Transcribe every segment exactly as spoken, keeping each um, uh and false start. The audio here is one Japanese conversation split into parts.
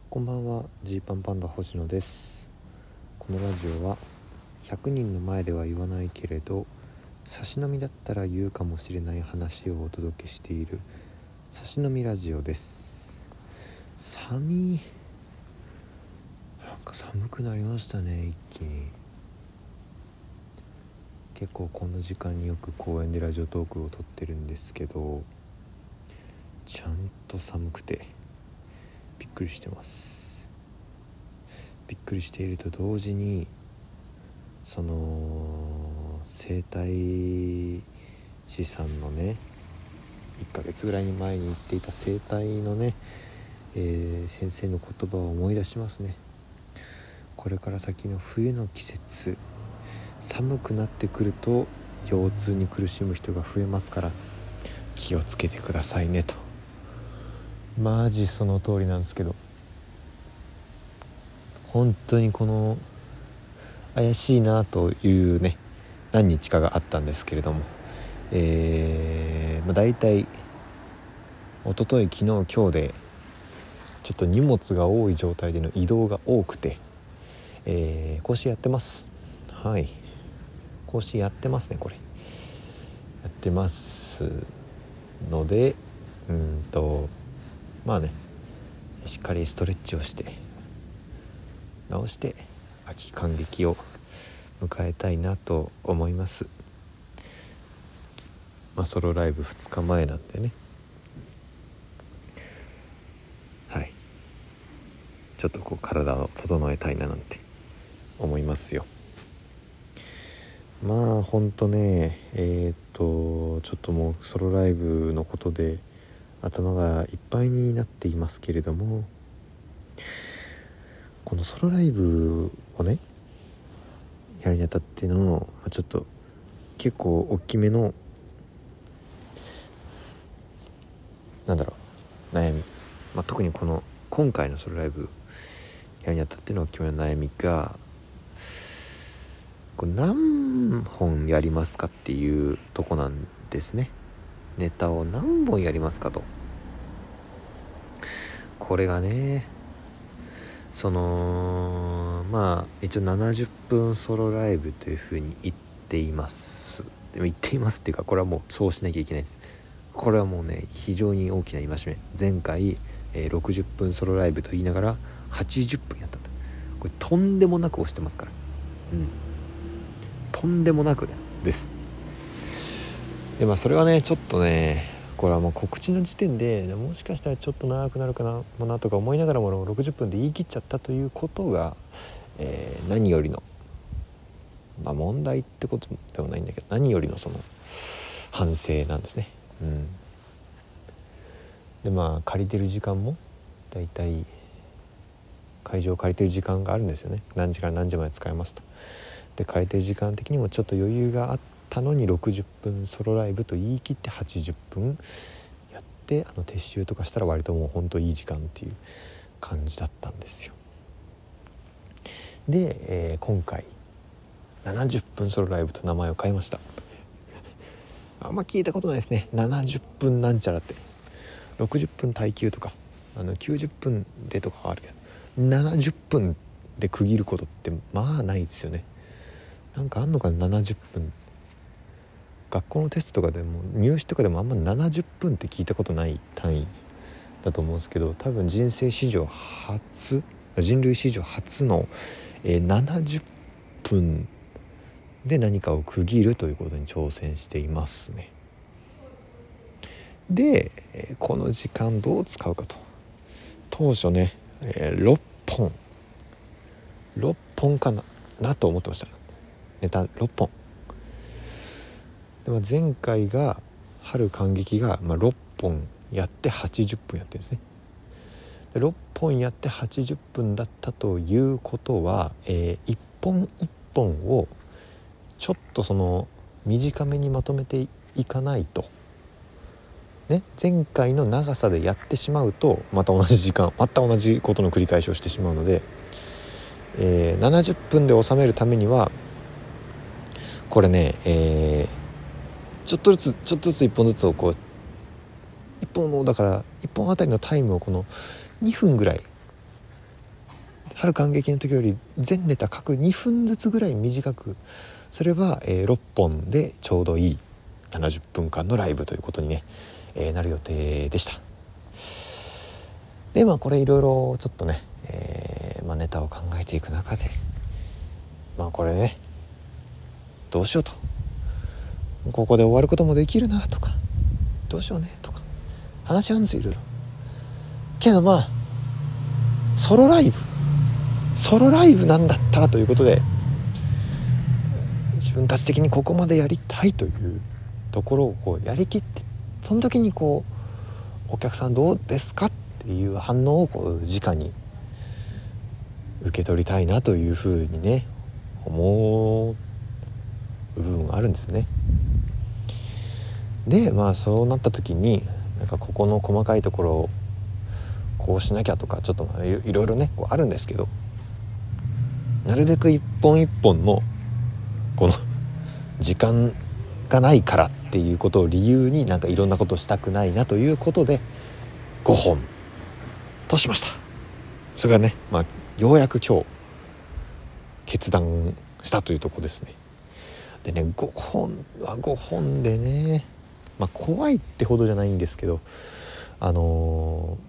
こんばんは、ジーパンパンダ星野です。このラジオはひゃくにんの前では言わないけれど差し飲みだったら言うかもしれない話をお届けしている差し飲みラジオです。寒い、なんか寒くなりましたね。一気に結構この時間によく公園でラジオトークを撮ってるんですけど、ちゃんと寒くてびっくりしてます。びっくりしていると同時に、その整体師さんのね、いっかげつぐらい前に言っていた整体のね、えー、先生の言葉を思い出しますね。これから先の冬の季節、寒くなってくると腰痛に苦しむ人が増えますから気をつけてくださいねと。マジその通りなんですけど、本当にこの怪しいなというね何日かがあったんですけれども、えーまあ、大体一昨日昨日今日でちょっと荷物が多い状態での移動が多くて、えー、更新やってます。はい、更新やってますね。これやってますので、うんとまあねしっかりストレッチをして直して秋感激を迎えたいなと思います。まあソロライブふつかまえなんでね、はいちょっとこう体を整えたいななんて思いますよ。まあほんとねえー、っとちょっともうソロライブのことで頭がいっぱいになっていますけれども、このソロライブをねやるにあたっての、まあ、ちょっと結構大きめのなんだろう悩み、まあ、特にこの今回のソロライブやるにあたっての大きめの悩みが、これ何本やりますかっていうとこなんですね。ネタを何本やりますかと。これがね、そのまあ一応ななじゅっぷんソロライブというふうに言っています。でも言っていますっていうか、これはもうそうしなきゃいけないです。これはもうね非常に大きな戒め。前回、えー、ろくじゅっぷんソロライブと言いながらはちじゅっぷんやったと。これとんでもなく押してますから、うんとんでもなくです。でまあそれはねちょっとねこれはもう告知の時点でもしかしたらちょっと長くなるかなもなとか思いながらもろくじゅっぷんで言い切っちゃったということが、えー、何よりの、まあ、問題ってことではないんだけど、何よりのその反省なんですね。うんでまあ借りてる時間もだいたい会場を借りてる時間があるんですよね。何時から何時まで使えますと。で借りてる時間的にもちょっと余裕があったのにろくじゅっぷんソロライブと言い切ってはちじゅっぷんやって、あの撤収とかしたら割ともうほんといい時間っていう感じだったんですよ。で、えー、今回ななじゅっぷんソロライブと名前を変えました。あんま聞いたことないですね、ななじゅっぷんなんちゃらって。ろくじゅっぷん耐久とかあのきゅうじゅっぷんでとかはあるけど、ななじゅっぷんで区切ることってまあないですよね。なんかあんのかな、ななじゅっぷん。学校のテストとかでも入試とかでもあんまななじゅっぷんって聞いたことない単位だと思うんですけど、多分人生史上初人類史上初の、えー、ななじゅっぷんで何かを区切るということに挑戦していますね。で、えー、この時間どう使うかと。当初ね、えー、ろっぽんろっぽんかななと思ってました。ネタろっぽんで、まあ、前回が春感激が、まあ、ろっぽんやってはちじゅっぷんやってるんですね。でろっぽんやってはちじゅっぷんだったということは、えー、いっぽんいっぽんをちょっとその短めにまとめていかないとね、前回の長さでやってしまうとまた同じ時間また同じことの繰り返しをしてしまうので、えー、ななじゅっぷんで収めるためにはこれね、えー、ちょっとずつちょっとずついっぽんずつをこういっぽんをだからいっぽんあたりのタイムをこのにふんぐらい春感激の時より全ネタ各にふんずつぐらい短くすれば、えー、ろっぽんでちょうどいいななじゅっぷんかんのライブということに、ねえー、なる予定でした。でまあこれいろいろちょっとね、えーまあ、ネタを考えていく中でまあこれねどうしようと、ここで終わることもできるなとか、どうしようねとか話し合うんですよいろいろ。けどまあソロライブソロライブなんだったらということで、自分たち的にここまでやりたいというところをこうやりきって、その時にこうお客さんどうですかっていう反応をこう直に受け取りたいなというふうにね思う部分があるんですね。でまあそうなった時になんかここの細かいところをこうしなきゃとかちょっといろいろねこうあるんですけど、なるべく一本一本のこの時間がないからっていうことを理由になんかいろんなことをしたくないなということでごほんとしました。それがね、まあ、ようやく今日決断したというところですね。でねごほんはごほんでね、まあ怖いってほどじゃないんですけど、あの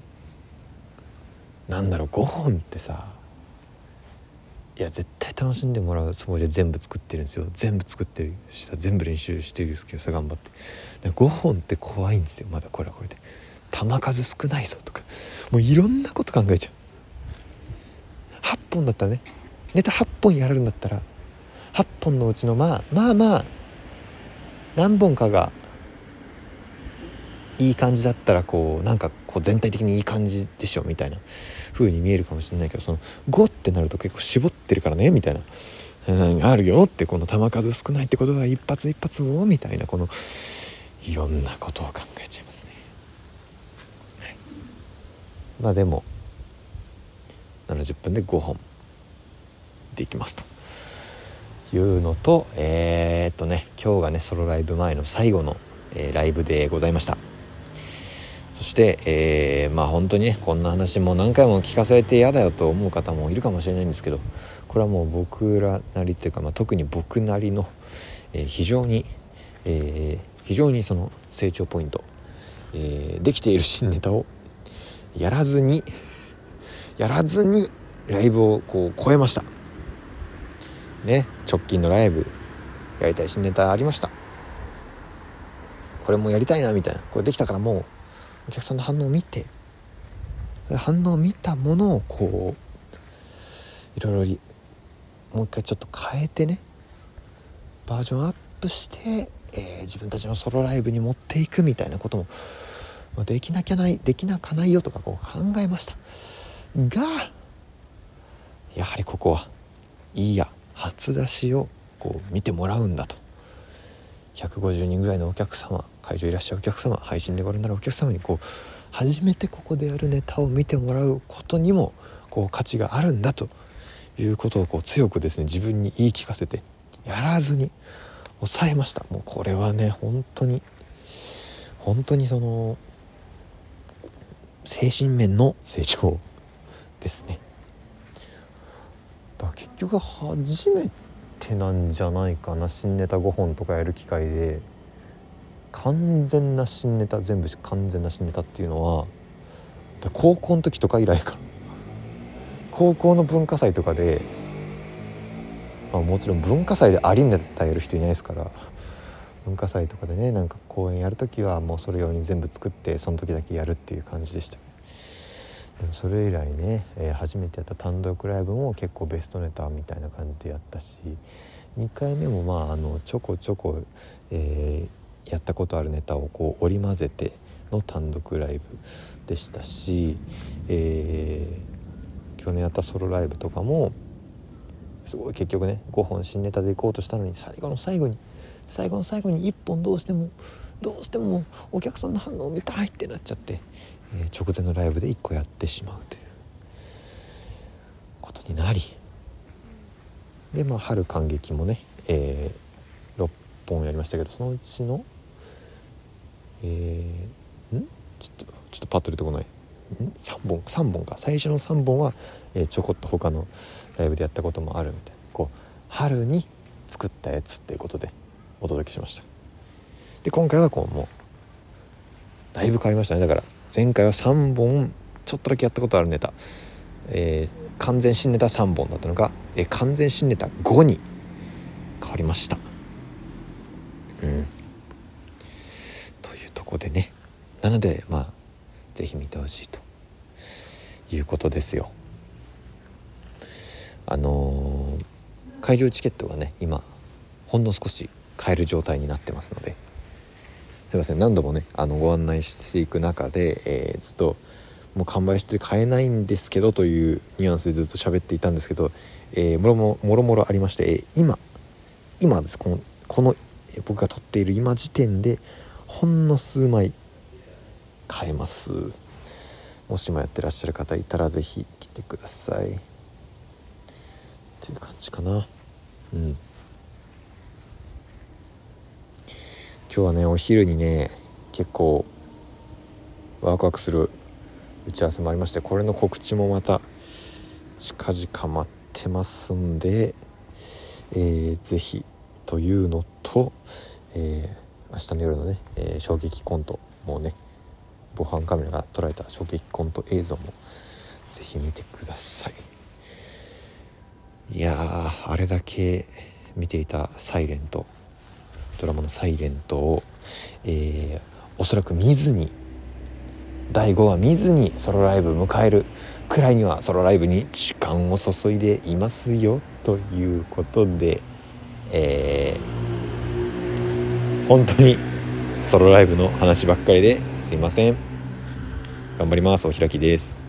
ー、なんだろうごほんってさ、いや絶対楽しんでもらうつもりで全部作ってるんですよ。全部作ってるし全部練習してるんですけどさ、頑張ってでごほんって怖いんですよ。まだこれはこれで球数少ないぞとかもういろんなこと考えちゃう。はっぽんだったらね、ネタはっぽんやれるんだったらはっぽんのうちのまあまあまあ何本かがいい感じだったらこうなんかこう全体的にいい感じでしょみたいな風に見えるかもしれないけど、そのごってなると結構絞ってるからねみたいな、うん、あるよって、この球数少ないってことは一発一発をみたいな、このいろんなことを考えちゃいますね、はい、まあでもななじゅっぷんでごほんできますというのと、えー、っとね今日がねソロライブ前の最後の、えー、ライブでございました。そして、えー、まあ本当にねこんな話も何回も聞かされて嫌だよと思う方もいるかもしれないんですけど、これはもう僕らなりというか、まあ、特に僕なりの、えー、非常に、えー、非常にその成長ポイント、えー、できている新ネタをやらずにやらずにライブをこう超えましたね。直近のライブやりたい新ネタありました。これもやりたいなみたいな、これできたからもうお客さんの反応を見て、反応を見たものをこういろいろもう一回ちょっと変えてね、バージョンアップして、えー、自分たちのソロライブに持っていくみたいなことも、まあ、できなきゃないできなかないよとかこう考えましたが、やはりここはいいや初出しをこう見てもらうんだと、ひゃくごじゅうにんぐらいのお客様、会場いらっしゃるお客様、配信でご覧になるお客様にこう初めてここでやるネタを見てもらうことにもこう価値があるんだということをこう強くですね自分に言い聞かせてやらずに抑えました。もうこれはね本当に本当にその精神面の成長ですね。だから結局初めてなんじゃないかな、新ネタごほんとかやる機会で完全な新ネタ、全部完全な新ネタっていうのは高校の時とか以来かな。高校の文化祭とかで、まあ、もちろん文化祭でありネタやる人いないですから、文化祭とかでねなんか公演やるときはもうそれ用に全部作ってその時だけやるっていう感じでした。でもそれ以来ね、えー、初めてやった単独ライブも結構ベストネタみたいな感じでやったし、にかいめもまああのちょこちょこ、えー、やったことあるネタをこう織り交ぜての単独ライブでしたし、えー、去年やったソロライブとかもすごい結局ねごほん新ネタでいこうとしたのに、最後の最後に最後の最後にいっぽんどうしてもどうしてもお客さんの反応を見たいってなっちゃって、えー、直前のライブでいっこやってしまうということになり、でまあ春感激もね、えー、ろっぽんやりましたけど、そのうちのえー、んちょっとちょっとパッと出てこないさんぼんさんぼんか最初のさんぼんは、えー、ちょこっと他のライブでやったこともあるみたいな、こう春に作ったやつっていうことでお届けしました。で今回はこうもうだいぶ変わりましたね。だから前回はさんぼんちょっとだけやったことあるネタ、えー、完全新ネタさんぼんだったのが、えー、完全新ネタごに変わりました。うんというとこでね、なのでまあぜひ見てほしいということですよ。あのー、会場チケットがね今ほんの少し買える状態になってますので、すいません何度もねあのご案内していく中で、えー、ずっともう完売して買えないんですけどというニュアンスでずっと喋っていたんですけど、えー、もろももろもろありまして、えー、今今ですこのこの僕が撮っている今時点でほんの数枚買えます。もしもやってらっしゃる方いたらぜひ来てくださいっていう感じかな。うん今日はねお昼にね結構ワクワクする打ち合わせもありまして、これの告知もまた近々待ってますんで、えー、ぜひというのと、えー、明日の夜のね、えー、衝撃コントもね防犯カメラが捉えた衝撃コント映像もぜひ見てください。いやーあれだけ見ていたサイレントドラマのサイレントを、えー、おそらく見ずにだいごわ見ずにソロライブ迎えるくらいにはソロライブに時間を注いでいますよということで、えー、本当にソロライブの話ばっかりですいません。頑張ります。お開きです。